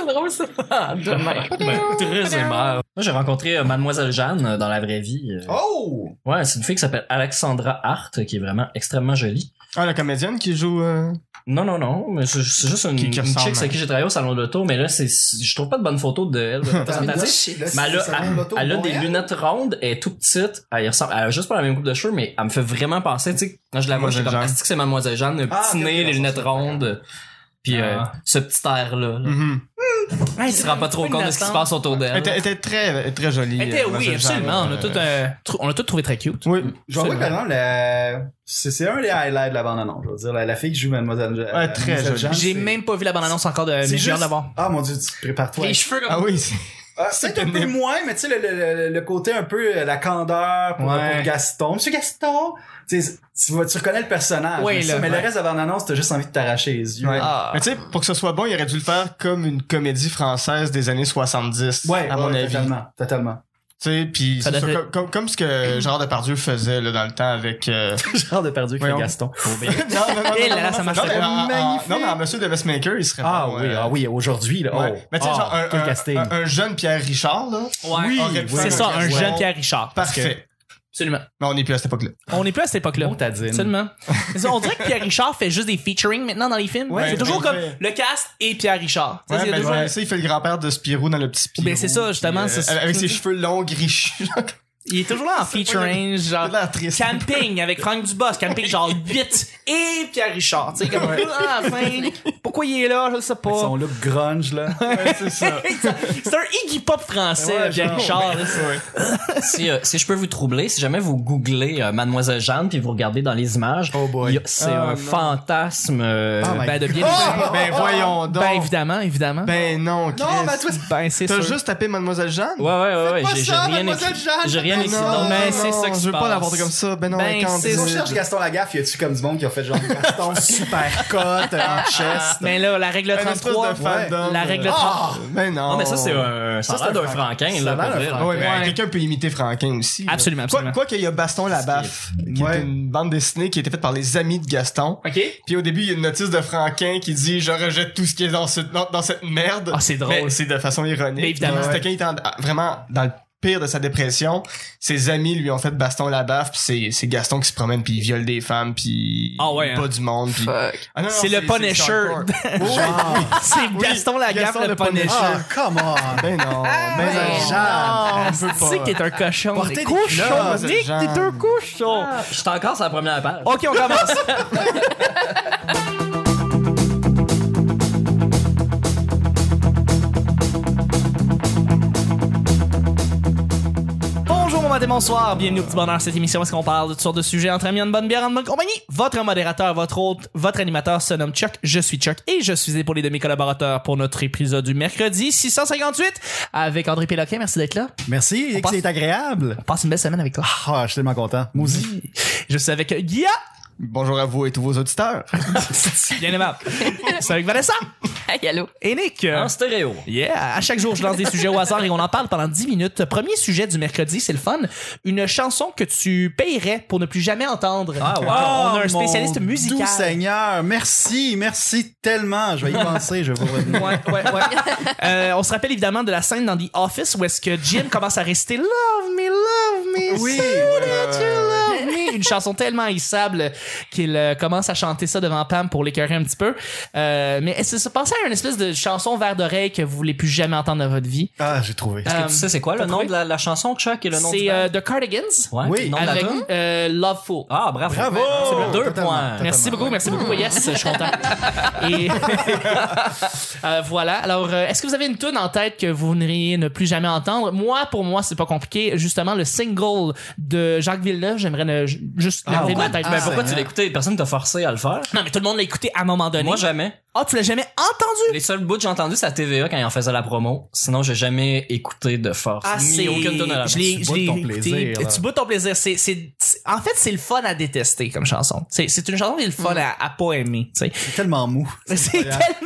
drôle, ça. Demain. Très aimable. Moi, j'ai rencontré Mademoiselle Jeanne dans la vraie vie. Oh! Ouais, c'est une fille qui s'appelle Alexandra Hart, qui est vraiment extrêmement jolie. Ah, la comédienne qui joue... Non, mais c'est juste une chick ressemble, avec qui j'ai travaillé au salon de l'auto, mais là, je trouve pas de bonnes photos d'elle. Mais elle a des lunettes rondes, elle est tout petite, elle a juste pas la même coupe de cheveux, mais elle me fait vraiment penser, tu sais, quand je la vois, je suis comme, est-ce que c'est Mademoiselle Jeanne, le petit nez, les lunettes rondes, puis ce petit air-là. Il se rend pas trop compte de ce qui se passe autour d'elle. Elle était très, très jolie. Oui, absolument. On l'a tout trouvé très cute. Oui. Je vois par exemple, c'est un des highlights de la bande-annonce, je veux dire. La fille qui joue Mademoiselle Ouais, très jolie. J'ai même pas vu la bande-annonce encore mais j'ai hâte d'avoir. Ah mon dieu, tu prépares-toi. Les cheveux comme... Ah oui, c'est peut-être un peu moins, mais tu sais, le côté un peu, la candeur pour Gaston. Monsieur Gaston! Tu sais, tu reconnais le personnage. Oui, mais le reste de la bande-annonce, t'as juste envie de t'arracher les yeux. Ouais. Mais tu sais, pour que ce soit bon, il aurait dû le faire comme une comédie française des années 70. À mon avis. Totalement. Tu sais, pis c'est ça, comme ce que Gérard Depardieu faisait, là, dans le temps avec, Gérard Depardieu qui fait Gaston. non, ça marche pas. Magnifique. Non, mais en Monsieur de Messmaker, il serait oui, aujourd'hui, là. Ouais. Mais tu sais, genre, un jeune Pierre Richard, là. Oui, c'est ça, un jeune Pierre Richard. Parfait. Absolument. Mais on n'est plus à cette époque-là. On n'est plus à cette époque-là. Montadine. Absolument. On dirait que Pierre Richard fait juste des featuring maintenant dans les films. Ouais, c'est toujours comme le cast et Pierre Richard. Ouais, mais ça, il fait le grand-père de Spirou dans le petit Spirou. Ben c'est ça, justement. Avec ses cheveux longs, gris. Il est toujours là en featuring, genre Camping avec Franck Dubosc, Camping genre 8 et Pierre Richard, tu sais comme enfin pourquoi il est là, je sais pas. Avec son look grunge là. Ouais, c'est ça. C'est un Iggy Pop français, Pierre Richard. Si je peux vous troubler, si jamais vous googlez Mademoiselle Jeanne puis vous regardez dans les images, c'est un fantasme de bien ben voyons donc. Ben évidemment. Ben non, Chris. Non, mais toi ben c'est t'as sûr. juste tapé Mademoiselle Jeanne? Ouais, j'ai rien écrit. J'ai rien écrit. Non, mais c'est ça qui je se veux pas passe. l'avoir comme ça. Ben non, c'est Si on cherche Gaston Lagaffe, y a-tu comme du monde qui a fait genre Gaston super cote en chest? Mais là, la règle 33, la règle 33. Ben non. Non, mais ça, c'est ça a l'air d'un Franquin, là. Ouais, mais quelqu'un peut imiter Franquin aussi. Absolument. Quoi qu'il y a Baston Labaffe, qui est une bande dessinée qui a été faite par les amis de Gaston. OK. Puis au début, il y a une notice de Franquin qui dit « Je rejette tout ce qui est dans cette merde. » Ah, c'est drôle. Mais c'est de façon ironique. Mais évidemment. C'était quand il était vraiment dans le pire de sa dépression, ses amis lui ont fait Baston Labaffe, puis c'est Gaston qui se promène puis il viole des femmes puis il bat du monde puis c'est le Punisher. C'est Gaston Lagaffe le Punisher. Come on. Ben non, Jeanne. C'est que t'es un cochon. Portez T'es cochon. Nick, t'es un cochon. Je suis encore sur la première page. OK, on commence. Bonjour, bon matin, bonsoir, bienvenue au Petit Bonheur, cette émission où est-ce qu'on parle de toutes sortes de sujets entre amis, en bonne bière, en bonne compagnie. Votre modérateur, votre hôte, votre animateur se nomme Chuck, je suis Chuck et je suis épaulé de mes collaborateurs pour notre épisode du mercredi 658 avec André Péloquin, merci d'être là. Merci, c'est agréable. On passe une belle semaine avec toi. Ah, je suis tellement content. Moi aussi. Je suis avec Guilla. Bonjour à vous et tous vos auditeurs. Bien aimable. C'est avec Vanessa. Hey, allô. Et Nick. En stéréo. Yeah. À chaque jour, je lance des sujets au hasard et on en parle pendant 10 minutes. Premier sujet du mercredi, c'est le fun. Une chanson que tu payerais pour ne plus jamais entendre. Ah, wow. On a un spécialiste musical. Doux Seigneur. Merci tellement. Je vais y penser, je vais vous revenir. Ouais. On se rappelle évidemment de la scène dans The Office où est-ce que Jim commence à réciter Love me, Oui. say that you love me. Une chanson tellement haïssable qu'il commence à chanter ça devant Pam pour l'écœurer un petit peu. Mais est-ce que ça pensait à une espèce de chanson vers d'oreille que vous voulez plus jamais entendre dans votre vie? Ah, j'ai trouvé. Est-ce que tu sais c'est quoi le nom de la chanson, Chuck, et le nom c'est The Cardigans. Ouais, oui. le nom de la Avec tune? Loveful. Ah, bravo. Bravo. 2 Totalement. points. Merci beaucoup. Yes, je suis content. Et voilà. Alors, est-ce que vous avez une tune en tête que vous voudriez ne plus jamais entendre? Pour moi, c'est pas compliqué. Justement, le single de Jacques Villeneuve, j'aimerais juste lever ma tête. Mais pourquoi tu l'as écouté? Personne t'a forcé à le faire? Non, mais tout le monde l'a écouté à un moment donné. Moi, jamais. Ah, tu l'as jamais entendu? Les seuls bouts que j'ai entendus, c'est à TVA quand ils en faisaient la promo. Sinon, j'ai jamais écouté de force. C'est... Ni aucune tonne à la Je l'ai boudes ton écouté. plaisir, là. Tu boudes ton plaisir. En fait, c'est le fun à détester comme chanson. C'est une chanson qui est le fun à pas aimer, tu sais. C'est tellement mou. C'est tellement...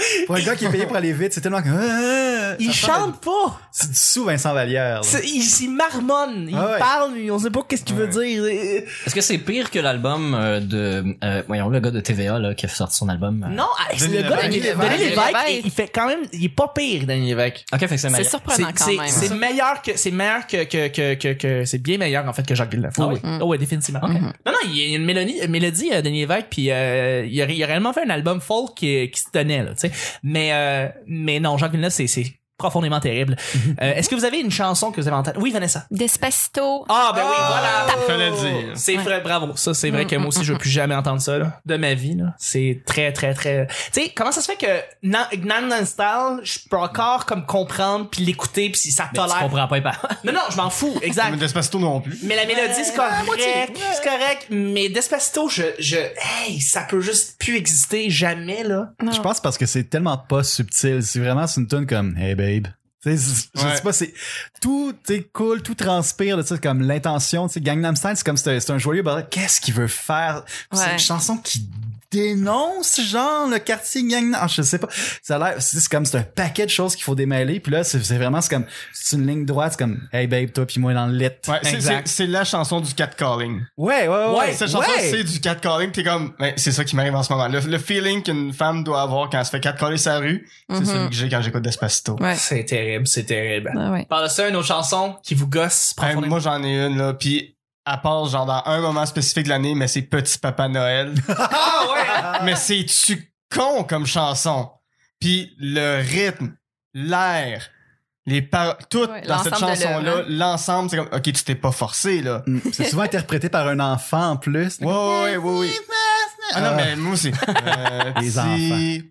Pour un gars qui est payé pour aller vite, c'est tellement il chante pas. C'est du sous Vincent Vallière. Il marmonne, il parle, on sait pas qu'est-ce qu'il veut dire. Est-ce que c'est pire que l'album voyons, le gars de TVA là qui a sorti son album? Non, c'est le gars de Denis Lévesque, il fait quand même, il est pas pire, Denis Lévesque. OK, fait que c'est meilleur. C'est surprenant quand même. C'est meilleur que c'est bien meilleur en fait que Jacques Villeneuve. Oui. Ouais, définitivement. Okay. Non, il y a une mélodie Denis Lévesque, puis il a réellement fait un album folk qui se tenait là, tu sais. Mais non, Jacques Villeneuve c'est profondément terrible. Est-ce que vous avez une chanson que vous avez en tête? Oui, Vanessa. Despacito. Ah, ben oui, voilà. Fallait le dire. C'est vrai, bravo. Ça, c'est vrai que moi aussi, je veux plus jamais entendre ça, là, de ma vie, là. C'est très, très, très... Tu sais, comment ça se fait que Gangnam Style, je peux encore comme comprendre puis l'écouter puis si ça tolère. Tu comprends pas, Non, je m'en fous, exact. Mais Despacito non plus. Mais la mélodie, c'est correct. Mais Despacito, hey, ça peut juste plus exister jamais, là. Non. Je pense parce que c'est tellement pas subtil. C'est vraiment une tune comme Hey babe. Je sais pas, c'est tout cool, tout transpire de ça, comme l'intention, tu sais, Gangnam Style, c'est comme c'est un joyeux bordel. Qu'est-ce qu'il veut faire? C'est une chanson qui dénonce genre le quartier Gangnam, je sais pas. Ça a l'air, c'est comme c'est un paquet de choses qu'il faut démêler, puis là c'est vraiment comme c'est une ligne droite, c'est comme Hey babe, toi puis moi dans le lit. Ouais, c'est la chanson du catcalling. Ouais. Cette chanson c'est du catcalling, t'es comme c'est ça qui m'arrive en ce moment. Le feeling qu'une femme doit avoir quand elle se fait catcaller sa rue, c'est celui que j'ai quand j'écoute Despacito. Ouais. C'est terrible. Ah ouais. Par ça, une autre chanson qui vous gosse profondément. Moi j'en ai une là, puis à part genre dans un moment spécifique de l'année, mais c'est Petit Papa Noël. Ah ouais. Mais c'est-tu con comme chanson? Puis le rythme, l'air, les paroles, tout dans cette chanson-là, l'ensemble, c'est comme, OK, tu t'es pas forcé, là. C'est souvent interprété par un enfant en plus. Oui. Ah non, mais moi aussi. Les enfants.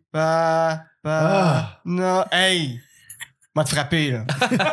Papa, non, hey! M'a te frappé, là.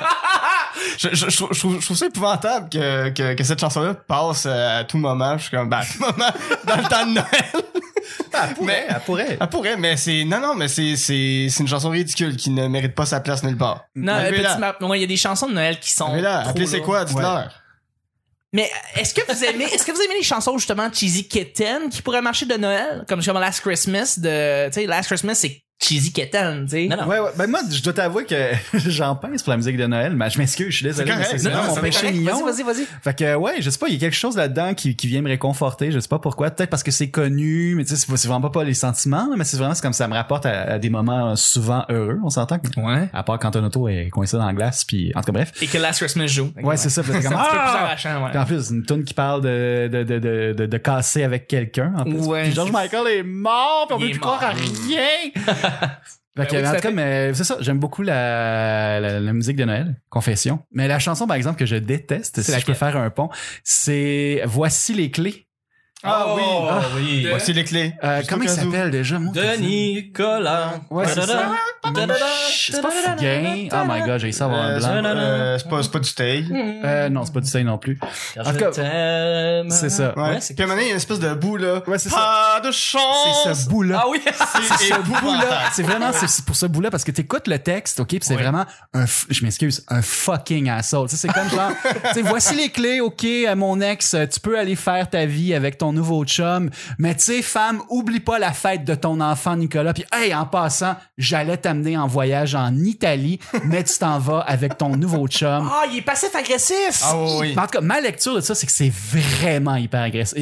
Je trouve ça épouvantable que cette chanson-là passe à tout moment. Je suis comme, à tout moment, dans le temps de Noël. Elle pourrait, mais c'est une chanson ridicule qui ne mérite pas sa place nulle part. Non, il y a des chansons de Noël qui sont. Mais là, appelez c'est quoi, dites-leur. Mais est-ce que vous aimez les chansons justement Cheesy Kitten qui pourraient marcher de Noël comme Last Christmas tu sais Last Christmas c'est Cheesy Kitten, tu sais. Non. Ouais. Ben moi, je dois t'avouer que j'en pince pour la musique de Noël, mais je m'excuse, je suis désolé. C'est mon péché mignon. Vas-y. Fait que ouais, je sais pas, il y a quelque chose là-dedans qui vient me réconforter, je sais pas pourquoi, peut-être parce que c'est connu, mais tu sais, c'est vraiment pas les sentiments, mais c'est vraiment comme ça me rapporte à des moments souvent heureux, on s'entend. Ouais. À part quand ton auto est coincé dans la glace, puis en tout cas bref. Et que Last Christmas joue. Ouais, c'est ça. C'est un petit peu plus arrachant, ouais. Puis en plus, une tune qui parle de casser avec quelqu'un, en plus. Ouais. Puis George Michael est mort, puis on peut plus croire à rien. Fait que, en tout cas, mais c'est ça, j'aime beaucoup la musique de Noël, Confession. Mais la chanson, par exemple, que je déteste, si je peux faire un pont, c'est Voici les clés. Ah oui. Voici les clés. Comment il s'appelle déjà, moi? De Nicolas. Ouais, c'est ça. C'est pas Fugain. Oh my god, j'ai essayé d'avoir un blanc. C'est pas du Tay. Non, c'est pas du Tay non plus. En tout cas, c'est ça. Ouais. Puis à un moment donné, il y a une espèce de bout, là. Ouais, c'est ça. Pas de chance. C'est ce bout-là. Ah oui. C'est ce bout-là. C'est vraiment, c'est pour ce bout-là, parce que t'écoutes le texte, ok, pis c'est vraiment je m'excuse, un fucking asshole. Tu sais, c'est comme genre, tu sais, voici les clés, ok, mon ex, tu peux aller faire ta vie avec ton nouveau chum, mais tu sais, femme, oublie pas la fête de ton enfant Nicolas, puis hey, en passant, j'allais t'amener en voyage en Italie, mais tu t'en vas avec ton nouveau chum. Ah, il est passif-agressif. Ah oui. En tout cas, ma lecture de ça, c'est que c'est vraiment hyper agressif.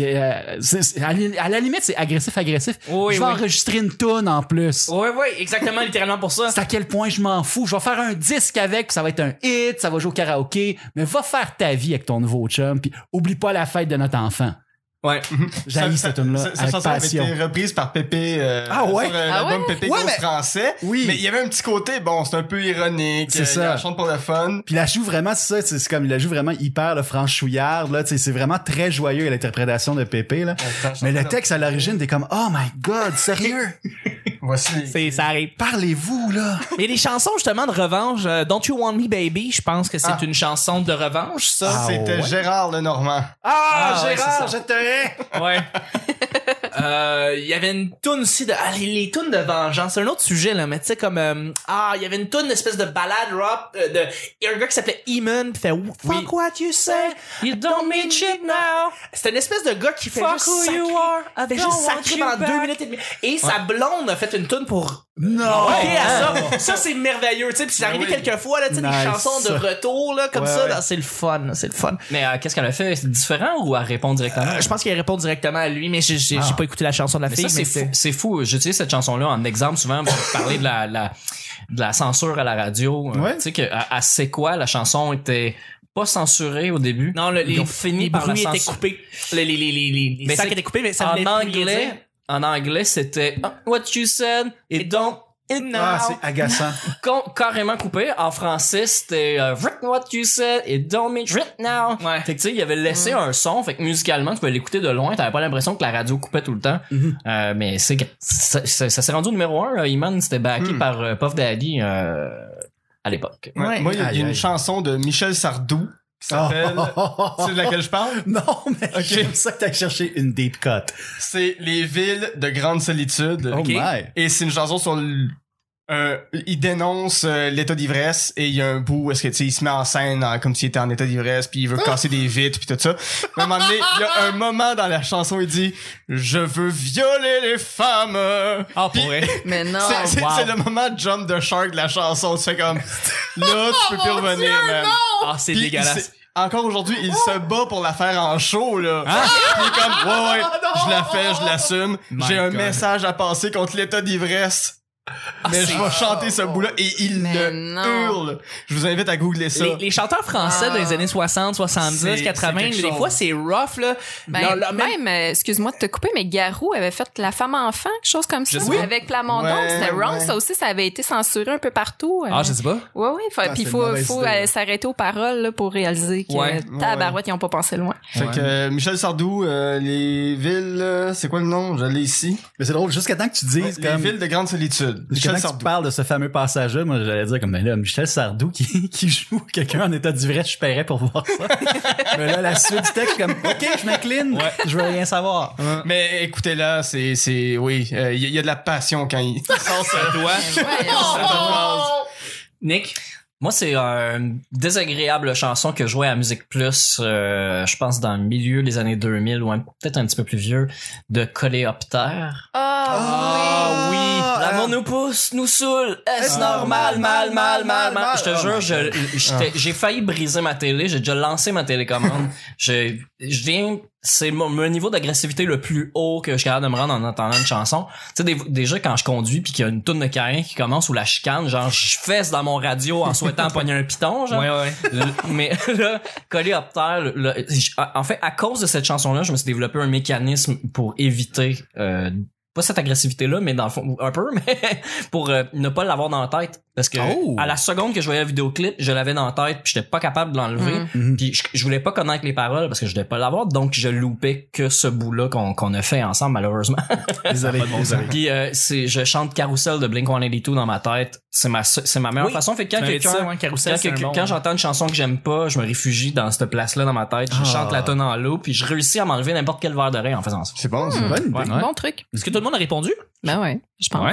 À la limite, c'est agressif. Oui, je vais enregistrer une toune en plus. Oui, exactement, littéralement pour ça. C'est à quel point je m'en fous. Je vais faire un disque avec, puis ça va être un hit, ça va jouer au karaoké, mais va faire ta vie avec ton nouveau chum, puis oublie pas la fête de notre enfant. Ouais. J'ai cette tune-là avec chanson passion. avait été reprise par Pépé ouais? sur l'album Pépé Grosse Français. Oui. Mais il y avait un petit côté, bon, c'est un peu ironique. C'est ça. Il chante pour le fun. Puis la joue vraiment, c'est ça, c'est comme il la joue vraiment hyper le franchouillard là, c'est vraiment très joyeux l'interprétation de Pépé là. Mais le texte à l'origine, t'es comme oh my god, sérieux. Voici. Ça arrive. Parlez-vous là. Mais les chansons justement de revanche, Don't You Want Me Baby, je pense que c'est une chanson de revanche ça. C'était Gérard Lenormand. Gérard, je te hais. Ouais. Il y avait une toune aussi de les tounes de vengeance, c'est un autre sujet là, mais tu sais comme il y avait une toune une espèce de ballade rock de il y a un gars qui s'appelait Eamon qui fait fuck what you say, you don't mean shit now. C'est une espèce de gars qui fait juste sacrer pendant 2 minutes et demie. Et sa blonde a fait une toune pour Non! Ça c'est merveilleux, tu sais, puis c'est arrivé quelques fois, là, tu sais, des chansons de retour, là, comme ça, là, c'est le fun. Mais qu'est-ce qu'elle a fait? C'est différent ou elle répond directement? Je pense qu'elle répond directement à lui, mais j'ai pas écouté la chanson de la fille. C'est fou. J'utilise cette chanson-là en exemple souvent pour parler de la censure à la radio. Tu sais que à C'est quoi, la chanson était pas censurée au début. Non, les bruits étaient coupés. Les sacs étaient coupés, mais ça en anglais, c'était what you said, it don't. Ah, c'est agaçant. Carrément coupé. En français, c'était what you said, it don't mean now. Ouais. Fait que tu sais, il avait laissé un son, fait que musicalement, tu pouvais l'écouter de loin, t'avais pas l'impression que la radio coupait tout le temps. Mais ça s'est rendu au numéro 1. Iman, c'était backé par Puff Daddy à l'époque. Ouais. Moi, il y a une chanson de Michel Sardou qui s'appelle... C'est de laquelle je parle? Non, mais j'aime ça que t'as cherché une deep cut. C'est Les villes de grande solitude. Oh my. Et c'est une chanson sur il dénonce l'état d'ivresse et il y a un bout où est-ce que tu sais il se met en scène comme s'il était en état d'ivresse puis il veut casser des vitres puis tout ça. À un moment donné, il y a un moment dans la chanson il dit je veux violer les femmes. Ah pour vrai. Mais non. C'est le moment jump the shark de la chanson. Tu fais comme là tu peux plus revenir man. Ah c'est dégueulasse. Encore aujourd'hui, il se bat pour la faire en show, là. Il est comme, ouais, je la fais, je l'assume. J'ai un message à passer contre l'état d'ivresse. Mais je vais chanter ce bout-là et il hurle. Je vous invite à googler ça. Les chanteurs français des années 60, 70, 80, des fois c'est rough là. Même excuse-moi de te couper, mais Garou avait fait La femme enfant, quelque chose comme ça, avec Plamondon, c'était wrong, ça aussi ça avait été censuré un peu partout. Ah, je sais pas. Ouais, puis il faut s'arrêter aux paroles là, pour réaliser que tabarouette, ils ont pas pensé loin. Fait que Michel Sardou, les villes, c'est quoi le nom? Je l'ai ici. Mais c'est drôle, jusqu'à temps que tu dises les villes de grande solitude. Michel Sardou. Tu parles de ce fameux passage-là, moi j'allais dire comme ben là, Michel Sardou qui joue quelqu'un en état d'ivresse, je paierais pour voir ça. Mais là, la suite du texte, je suis comme ok, je m'incline, je veux rien savoir. Mais écoutez-là, c'est oui, il y a de la passion quand il sort sa doigt. Nick? Moi, c'est une désagréable chanson que je jouais à Musique Plus, je pense dans le milieu des années 2000 ou peut-être un petit peu plus vieux, de Coléoptère. Ah oui! L'amour nous pousse, nous saoule, est-ce normal, mal. Je te jure, j'ai failli briser ma télé, j'ai déjà lancé ma télécommande. C'est mon niveau d'agressivité le plus haut que je suis capable de me rendre en entendant une chanson. Tu sais, déjà quand je conduis puis qu'il y a une toune de carré qui commence ou la chicane, genre je fesse dans mon radio en souhaitant pogner un piton, genre. Ouais. Mais là, Coléoptère, en fait, à cause de cette chanson-là, je me suis développé un mécanisme pour éviter pas cette agressivité-là, mais dans le fond, un peu, mais pour ne pas l'avoir dans la tête. Parce que à la seconde que je voyais le vidéoclip, je l'avais dans la tête puis j'étais pas capable de l'enlever. Puis je voulais pas connaître les paroles parce que je devais pas l'avoir, donc je loupais que ce bout-là qu'on a fait ensemble, malheureusement. Désolé. Puis je chante Carousel de Blink-182 dans ma tête. C'est ma meilleure façon. Fait que quand j'entends une chanson que j'aime pas, je me réfugie dans cette place-là dans ma tête. Je chante la tonne en loop puis je réussis à m'enlever n'importe quel verre de rain en faisant ça. C'est bon, c'est bon truc. Est-ce que tout le monde a répondu? Ben ouais, je pense.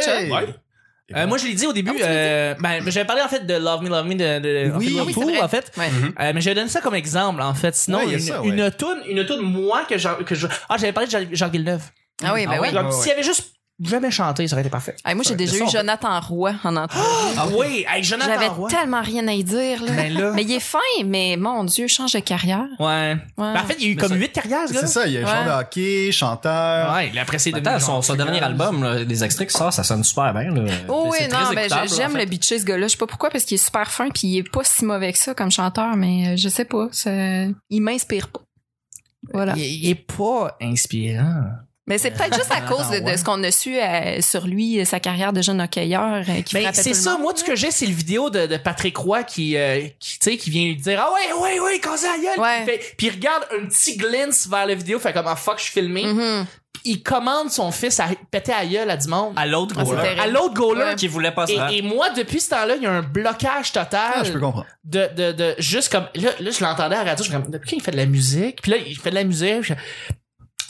Moi je l'ai dit au début, j'avais parlé en fait de Love Me de en fait. Mais j'avais donné ça comme exemple en fait. Sinon une toune moi que j'avais parlé de Jacques Villeneuve. Ah oui, ben oui. Donc s'il y avait juste jamais chanté, ça aurait été parfait. Moi j'ai déjà eu Jonathan Roy en entrevue. Ah oui, Jonathan Roy. J'avais tellement rien à y dire là. Mais il est fin, mais mon Dieu, change de carrière. Ouais. En fait, il y a eu comme 8 carrières, c'est ça, il y a un joueur de hockey, chanteur. Ouais, il a apprécié son dernier album, là, les extraits qui sortent, ça sonne super bien là. Oh oui, non, ben j'aime le bitché ce gars-là, je sais pas pourquoi parce qu'il est super fin puis il est pas si mauvais que ça comme chanteur, mais je sais pas, il m'inspire pas. Voilà. Il est pas inspirant. Mais c'est peut-être juste à cause de ce qu'on a su sur lui, sa carrière de jeune hockeyeur qui frappait c'est tout ça, le monde. moi, ce que j'ai, c'est le vidéo de Patrick Roy qui vient lui dire « Ah ouais, quand ça gueule! » Puis il regarde un petit glance vers la vidéo, fait comme « Ah fuck, je suis filmé. Il commande son fils à péter à gueule à du monde. À l'autre goaler. À l'autre goaler. Qui voulait pas se battre. Et moi, depuis ce temps-là, il y a un blocage total. Je peux comprendre. De juste comme, là, je l'entendais à la radio, je me dis, depuis quand il fait de la musique? Puis là, il fait de la musique.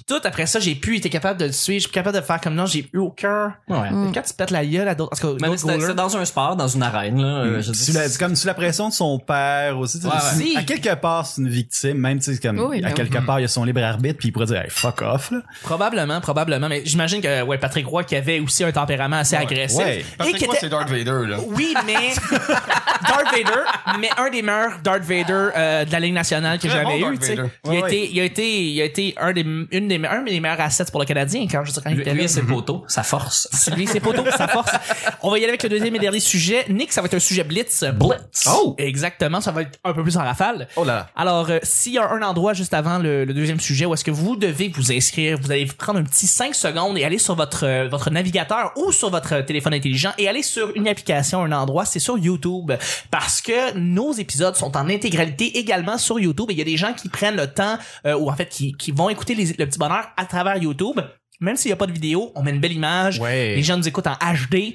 tout après ça, j'ai pu été capable de le suivre, je suis capable de faire comme non, j'ai eu aucun. Ouais. Quand tu pètes la gueule à d'autres, c'est dans un sport, dans une arène là. C'est comme sous la pression de son père aussi. À quelque part, c'est une victime, même tu sais comme à quelque part, il y a son libre arbitre, puis il pourrait dire hey, fuck off là. Probablement, mais j'imagine que Patrick Roy qui avait aussi un tempérament assez agressif. Ouais. Patrick Roy, c'est Darth Vader là. Oui, mais Darth Vader, mais un des meilleurs Darth Vader de la Ligue nationale que j'avais eu, tu sais. Il a été un des meilleurs assets pour le Canadien quand il était là. Lui, c'est poteau, sa force. Lui, c'est poteau, sa force. On va y aller avec le deuxième et dernier sujet. Nick, ça va être un sujet blitz. Oh! Exactement, ça va être un peu plus en rafale. Oh là. Alors, s'il y a un endroit juste avant le deuxième sujet où est-ce que vous devez vous inscrire, vous allez prendre un petit 5 secondes et aller sur votre navigateur ou sur votre téléphone intelligent et aller sur une application, un endroit, c'est sur YouTube. Parce que nos épisodes sont en intégralité également sur YouTube et il y a des gens qui prennent le temps, ou en fait qui vont écouter le petit bonheur à travers YouTube. Même s'il n'y a pas de vidéo, on met une belle image. Ouais. Les gens nous écoutent en HD,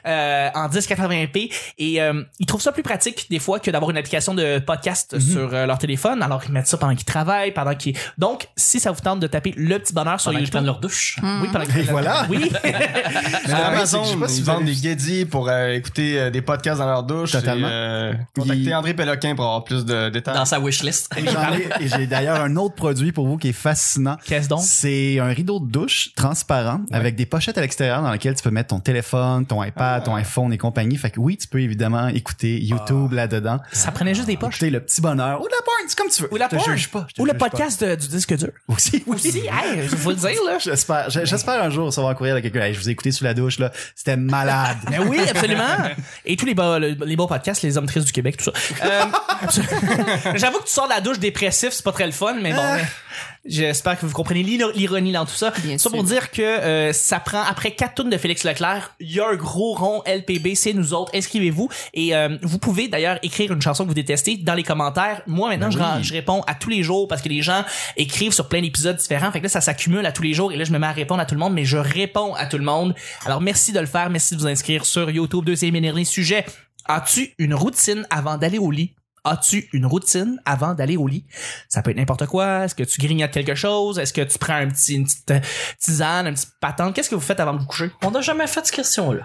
en 1080p. Et ils trouvent ça plus pratique des fois que d'avoir une application de podcast sur leur téléphone. Alors ils mettent ça pendant qu'ils travaillent, Donc, si ça vous tente de taper Le Petit Bonheur sur YouTube. Pendant qu'ils prennent leur douche. Oui, pendant qu'ils voilà. Oui. Mais Amazon, ils vendent des guédis pour écouter des podcasts dans leur douche. Totalement. Et, contactez André Péloquin pour avoir plus de détails. Dans sa wishlist. Et j'ai d'ailleurs un autre produit pour vous qui est fascinant. Qu'est-ce donc? C'est un rideau de douche transparent avec des pochettes à l'extérieur dans lesquelles tu peux mettre ton téléphone, ton iPad, ton iPhone et compagnie. Fait que oui, tu peux évidemment écouter YouTube là-dedans. Ça prenait juste des poches. Écouter Le Petit Bonheur ou de la porn, c'est comme tu veux. Ou la Je te porn. juge pas. Ou le podcast du disque dur. Aussi. Hey, faut le dire, là. J'espère un jour recevoir un courrier de quelqu'un. Hey, je vous ai écouté sous la douche, là. C'était malade. Mais oui, absolument. Et tous les bons podcasts, les hommes tristes du Québec, tout ça. J'avoue que tu sors de la douche dépressif, c'est pas très le fun, mais bon. J'espère que vous comprenez l'ironie dans tout ça. Bien ça sûr. pour dire que ça prend après 4 tours de Félix Leclerc, il y a un gros rond LPB, c'est nous autres, inscrivez-vous et vous pouvez d'ailleurs écrire une chanson que vous détestez dans les commentaires. Moi maintenant je réponds à tous les jours parce que les gens écrivent sur plein d'épisodes différents, fait que là ça s'accumule à tous les jours et là je me mets à répondre à tout le monde, mais je réponds à tout le monde. Alors merci de le faire, merci de vous inscrire sur YouTube. Deuxième et dernier sujet. As-tu une routine avant d'aller au lit? As-tu une routine avant d'aller au lit? Ça peut être n'importe quoi. Est-ce que tu grignotes quelque chose? Est-ce que tu prends une petite tisane, une petite patente? Qu'est-ce que vous faites avant de vous coucher? On n'a jamais fait cette question-là.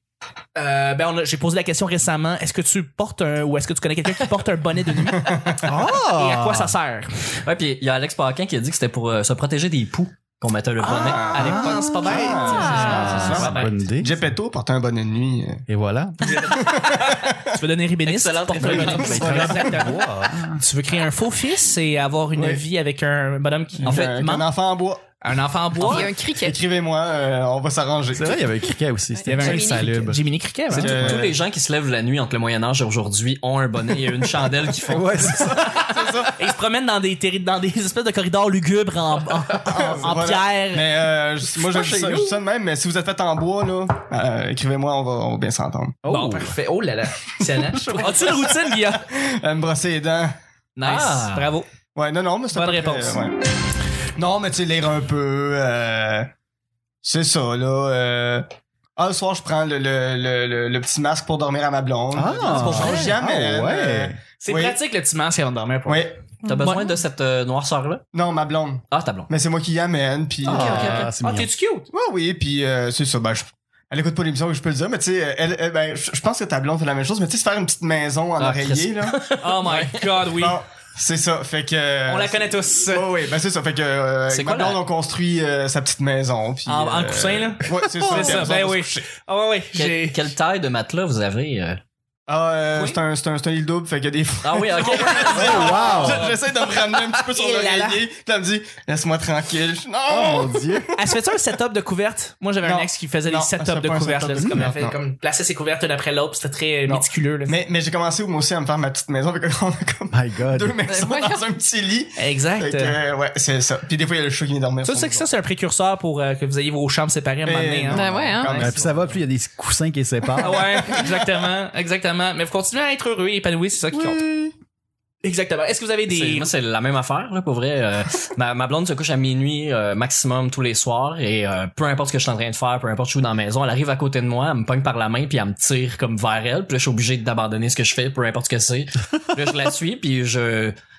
J'ai posé la question récemment. Est-ce que tu portes ou est-ce que tu connais quelqu'un qui porte un bonnet de nuit? Et à quoi ça sert? Ouais, puis il y a Alex Paquin qui a dit que c'était pour se protéger des poux qu'on mettait le bonnet. À l'époque, c'est pas bête. C'est une bonne idée. Gepetto portait un bonnet de nuit. Et voilà. Tu veux donner ribéniste? Excellente porte un bonnet. Exactement. Tu veux créer un faux fils et avoir une vie avec un bonhomme qui En fait, un enfant en bois. Un enfant en bois. Il y a un cricket. Écrivez-moi, on va s'arranger. C'est vrai, il y avait un criquet aussi. C'était Il y avait un un salubre. Jiminy Cricket. C'est Ouais. tous les gens qui se lèvent la nuit entre le Moyen-Âge et aujourd'hui ont un bonnet et une chandelle qui font. Ouais, c'est ça. Et ils se promènent dans des espèces de corridors lugubres en Voilà. pierre. Mais moi, je dis ça de même, mais si vous êtes fait en bois, là, écrivez-moi, on va bien s'entendre. Bon, parfait. Oh là là. Excellent. As-tu une routine, Guillaume? Me brosser les dents. Nice. Bravo. Ouais, non, mais c'est Bonne à peu près, réponse. ouais. Non, mais tu sais, lire un peu, c'est ça, là. Le soir, je prends le petit masque pour dormir à ma blonde. Ah, pour ouais. jamais. Ouais. C'est Oui. pratique le petit masque avant de dormir. Pour Oui. T'as besoin de cette noirceur-là? Non, ma blonde. Ah, ta blonde. Mais c'est moi qui y amène, puis... Ah, c'est mignon. t'es-tu cute? Ouais, oui, puis c'est ça, elle écoute pas l'émission, je peux le dire, mais tu sais, je pense que ta blonde fait la même chose, mais tu sais, se faire une petite maison en oreiller, là. Oh my god, oui. Bon, c'est ça, fait que... On la connaît tous. Oui, c'est ça, fait que C'est ma quoi, blonde, on construit sa petite maison, puis... En coussin, là? Ouais, c'est ça. C'est ça, puis ben on va oui. se coucher. Ah ouais, j'ai... Quelle taille de matelas vous avez? Oui? c'est un lit double, fait que des fois... Ah oui, ok. wow! J'essaie de me ramener un petit peu sur Et là là. l'oreiller, puis elle me dit, laisse-moi tranquille. Je- Non! Oh mon Dieu. Elle se fait-tu un setup de couverte? Moi, j'avais un Non. ex qui faisait Non, des elle se setups fait de pas un couvertes. setup Là. de C'est comme, elle couverte, fait, non. comme placer ses couvertes l'une après l'autre. C'était très Non. méticuleux. Là. Mais j'ai commencé moi aussi à me faire ma petite maison, fait qu'on a comme My God. 2 maisons voyons. dans un petit lit. Exact. Fait que, ouais, c'est ça. Puis des fois, il y a le chat qui vient dormir. Ça, sur c'est le que ça, c'est un précurseur pour que vous ayez vos chambres séparées à un moment donné. Hein. Ben ouais, hein. Quand même. Puis ça va, plus il y a des coussins qui les séparent. Ah ouais, exactement. Mais vous continuez à être heureux et épanoui, c'est ça qui compte. Exactement. Est-ce que vous avez des... Moi, c'est la même affaire, là, pour vrai. Ma blonde se couche à minuit maximum tous les soirs et peu importe ce que je suis en train de faire, peu importe je suis où dans la maison, elle arrive à côté de moi, elle me pogne par la main puis elle me tire comme vers elle. Puis là, je suis obligé d'abandonner ce que je fais, peu importe ce que c'est. Puis là, je la suis puis je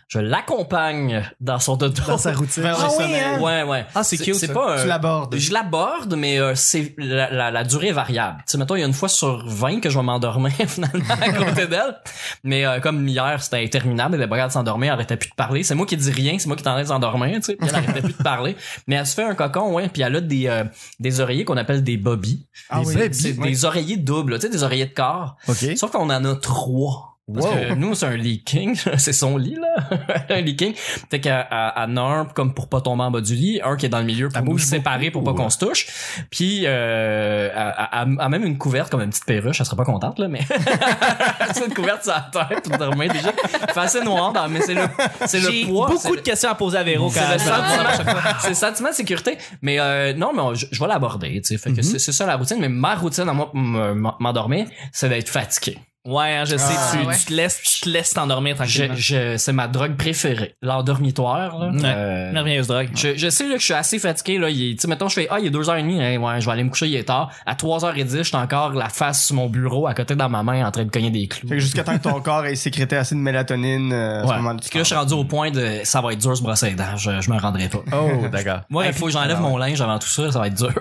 je l'accompagne dans son dodo. Dans sa routine. Ouais. Ah, c'est cute. C'est pas tu l'abordes. Je l'aborde, mais c'est la durée est variable. Tu sais, mettons, il y a une fois sur 20 que je vais m'endormir finalement à côté d'elle. Mais comme hier, c'était interminable. Elle avait pas capable de s'endormir, elle arrêtait plus de parler. C'est moi qui dis rien, c'est moi qui t'en train de s'endormir, tu sais. Puis elle arrêtait plus de parler. Mais elle se fait un cocon, ouais. Puis elle a des oreillers qu'on appelle des bobbies. C'est des oreillers doubles, tu sais, des oreillers de corps. Okay. Sauf qu'on en a 3. Parce que nous, c'est un Lee King. C'est son lit, là. Un Lee King. Fait qu'elle a un comme pour pas tomber en bas du lit, un qui est dans le milieu pour nous séparer pour pas qu'on se touche. Puis, elle a même une couverte comme une petite perruche. Elle serait pas contente, là, mais c'est une couverte sur la tête pour dormir déjà. Il fait assez noir, mais c'est le poids. Beaucoup de questions à poser à Véro quand c'est le sentiment de sécurité. Mais, non, mais je vais l'aborder, tu sais. Fait que c'est ça la routine. Mais ma routine à moi, m'endormir, c'est d'être fatigué. Ouais, hein, je sais, tu te laisses t'endormir tranquillement. C'est ma drogue préférée. L'endormitoire, là. Merveilleuse drogue. Je sais, là, que je suis assez fatigué, là. Tu sais, mettons, je fais, il est 2h30, ouais, je vais aller me coucher, il est tard. À 3h10, je suis encore la face sur mon bureau, à côté dans ma main, en train de cogner des clous. Fait que jusqu'à temps que ton corps ait sécrété assez de mélatonine, à ce moment-là. Parce que là, je suis rendu au point de, ça va être dur, ce brosser les dents. Je me rendrai pas. Oh, d'accord. Moi, il faut que j'enlève mon linge avant tout ça, ça va être dur.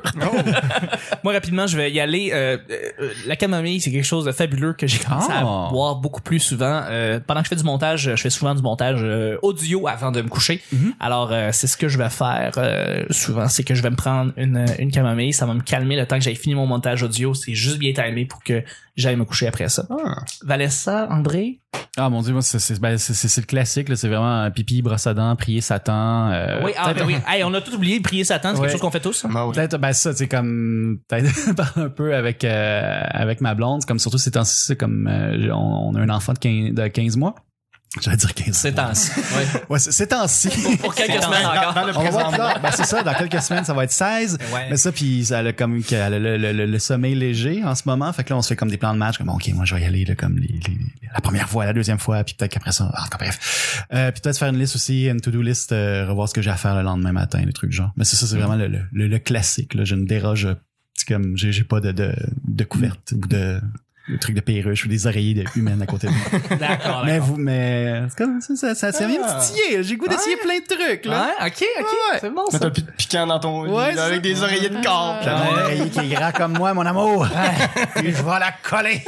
Moi, rapidement, je vais y aller. La camomille, c'est quelque chose de fabuleux que j'ai commencé à boire beaucoup plus souvent. Pendant que je fais du montage, je fais souvent du montage audio avant de me coucher. Alors, c'est ce que je vais faire souvent, c'est que je vais me prendre une camomille. Ça va me calmer le temps que j'aille fini mon montage audio. C'est juste bien timé pour que j'aille me coucher après ça. Vanessa, André? Ah mon Dieu, moi c'est le classique là, c'est vraiment pipi, brosse à dents, prier Satan. Oui, oui. Hey, on a tout oublié de prier Satan, c'est quelque chose qu'on fait tous. Peut-être ça, c'est comme peut-être parler un peu avec ma blonde, comme surtout ces temps-ci, c'est comme on a un enfant de 15 mois. J'allais dire 15 C'est temps-ci. Ouais, c'est temps-ci. Pour quelques semaines encore. Dans le présent. C'est ça, dans quelques semaines, ça va être 16. Ouais. Mais ça, puis elle a comme le sommeil léger en ce moment. Fait que là, on se fait comme des plans de match. Comme, OK, moi, je vais y aller là, comme la première fois, la deuxième fois, puis peut-être qu'après ça, bref. Puis peut-être faire une liste aussi, une to-do list, revoir ce que j'ai à faire le lendemain matin, des trucs genre. Mais c'est ça, c'est vraiment le classique. Là. Je ne déroge, comme j'ai pas de couverte ou de trucs de perruche ou des oreillers humaines à côté de moi. D'accord. Mais c'est comme ça vient me titiller. J'ai goût d'essayer plein de trucs, là. Ouais, ok. C'est bon, ça. Mettre un peu de piquant dans ton lit, là, avec des oreillers de corps. J'ai un oreiller qui est grand comme moi, mon amour. Et je vais la coller.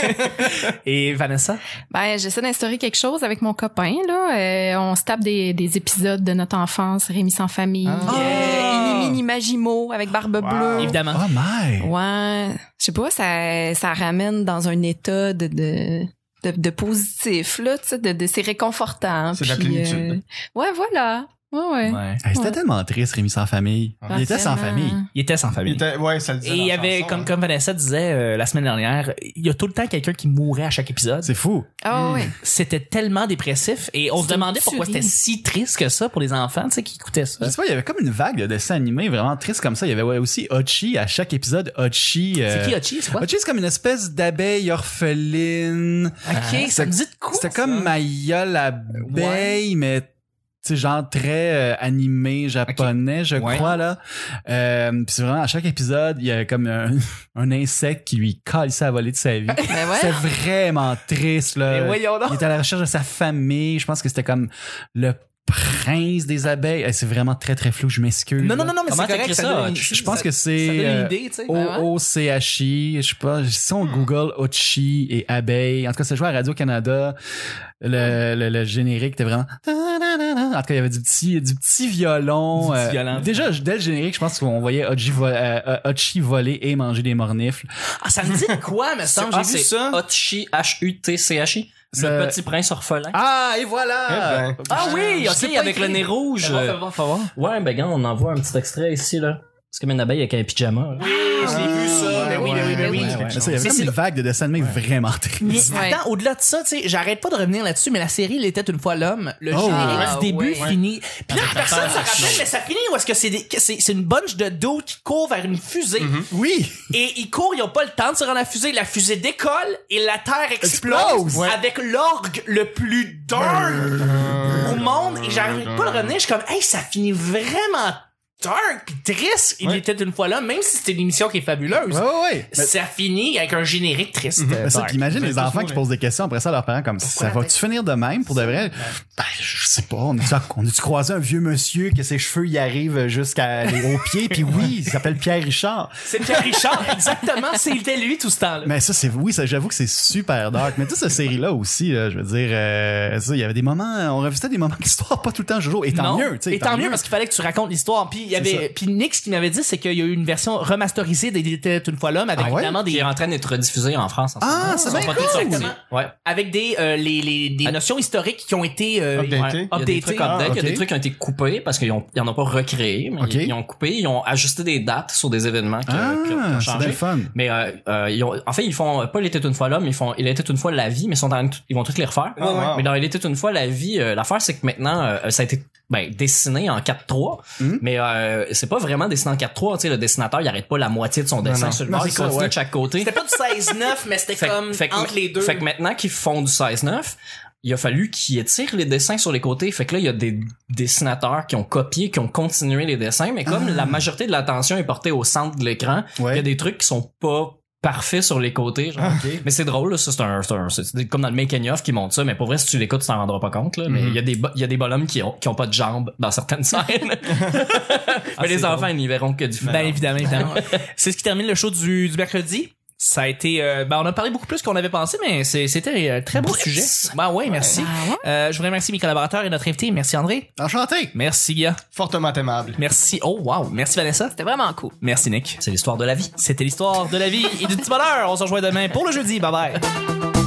Et Vanessa? Ben, j'essaie d'instaurer quelque chose avec mon copain, là. On se tape des épisodes de notre enfance, Rémi sans famille, Mini Magimo avec Barbe Bleue. Évidemment. Oh my! Ouais. Je sais pas, ça ramène dans un état de positif, là, tu sais, c'est réconfortant. C'est de la plénitude. Ouais, voilà. Ouais. Hey, c'était tellement triste, Rémi sans famille. Il était sans famille. Il était sans famille. Ouais, ça le disait. Et il y avait, comme Vanessa disait la semaine dernière, il y a tout le temps quelqu'un qui mourait à chaque épisode. C'est fou. Ah oui. C'était tellement dépressif et on se demandait pourquoi c'était si triste que ça pour les enfants, tu sais, qui écoutaient ça. Je sais pas, il y avait comme une vague de dessins animés vraiment triste comme ça. Il y avait aussi Hachi à chaque épisode. Hachi. C'est qui Hachi? C'est quoi? Hachi, c'est comme une espèce d'abeille orpheline. Ok, ça me dit de quoi? C'était comme Maya l'abeille, mais c'est genre très animé japonais, je crois, là. Puis c'est vraiment, à chaque épisode, il y a comme un insecte qui lui calissait à voler de sa vie. C'est vraiment triste, là. Il était à la recherche de sa famille. Je pense que c'était comme le prince des abeilles. C'est vraiment très, très flou. Je m'excuse. Non, mais c'est correct. Ça, je pense que c'est O-C-H-I. Je sais pas. Si on Google Hachi et abeille. En tout cas, ça jouait à Radio-Canada. Le générique était vraiment... En tout cas, il y avait du petit violon. Déjà, dès le générique, je pense qu'on voyait Hachi voler et manger des mornifles. Ah, ça me dit quoi, me semble? J'ai vu ça. Hachi, H-U-T-C-H-I. Le petit prince orphelin. Ah, et voilà! Ah oui, ok, avec le nez rouge. Fais voir. Ouais, ben, gars, on envoie un petit extrait ici, là. C'est comme une abeille avec un pyjama. Oui, je l'ai vu ça. Mais oui. Il y avait comme une vague de dessins animés vraiment tristes. Mais attends, au-delà de ça, tu sais, j'arrête pas de revenir là-dessus, mais la série Il était une fois l'homme, le générique du début finit. Puis là, personne s'en rappelle, mais ça finit où est-ce que c'est une bunch de dos qui court vers une fusée. Oui! Et ils courent, ils ont pas le temps de se rendre à la fusée. La fusée décolle et la Terre explose. Avec l'orgue le plus dark au monde. Et j'arrive pas à le revenir. Je suis comme, hey, ça finit vraiment dark pis triste. Il était une fois là, même si c'était une émission qui est fabuleuse. Ça finit avec un générique triste. Imagine les enfants qui posent des questions après ça à leurs parents comme ça va-tu finir de même pour de vrai? Ben, je sais pas. On a-tu croisé un vieux monsieur que ses cheveux y arrivent jusqu'à aux pieds puis oui, il s'appelle Pierre Richard. C'est Pierre Richard, exactement. C'était lui tout ce temps-là. Mais ça, j'avoue que c'est super dark. Mais toute cette série-là aussi, là, je veux dire, il y avait des moments, on revisitait des moments d'histoire pas tout le temps Jojo. Et tant mieux, tu sais. Et tant mieux parce qu'il fallait que tu racontes l'histoire. Puis il y avait, puis Nick, ce qu'il m'avait dit, c'est qu'il y a eu une version remasterisée d'Il était une fois l'homme avec évidemment des. Qui est en train d'être rediffusée en France. C'est bien cool. Ouais. Avec des notions historiques qui ont été updatées. Il y a des trucs updates, il y a des trucs qui ont été coupés parce qu'ils en ont pas recréé, mais ils ont coupé, ils ont ajusté des dates sur des événements qui ont changé. C'est fun. Mais ils font pas Il était une fois l'homme, ils font Il était une fois la vie, mais ils vont tous les refaire. Mais dans Il était une fois la vie, l'affaire c'est que maintenant ça a été dessiné en 4:3, mais c'est pas vraiment dessiné en 4:3, tu sais, le dessinateur il arrête pas la moitié de son dessin sur le bord, il continue de chaque côté. C'était pas du 16:9, mais c'était comme entre les deux. Fait que maintenant qu'ils font du 16:9, il a fallu qu'ils étirent les dessins sur les côtés. Fait que là, il y a des dessinateurs qui ont copié, qui ont continué les dessins, mais comme la majorité de l'attention est portée au centre de l'écran, il y a des trucs qui sont pas parfaits sur les côtés, genre. Mais c'est drôle, là, ça, c'est comme dans le making of qui montre ça, mais pour vrai, si tu l'écoutes, tu t'en rendras pas compte, là. Mais il y a des bonhommes qui ont pas de jambes dans certaines scènes. Mais les enfants, ils n'y verront que du fun. Ben, évidemment. C'est ce qui termine le show du mercredi. Ça a été on a parlé beaucoup plus qu'on avait pensé, mais c'était un très beau sujet. Merci. Je voudrais remercier mes collaborateurs et notre invité. Merci André. Enchanté. Merci Guy. Fortement aimable. Merci. Oh wow. Merci Vanessa. C'était vraiment cool. Merci Nick. C'est l'histoire de la vie. C'était l'histoire de la vie et du petit bonheur. On se rejoint demain pour le jeudi. Bye bye.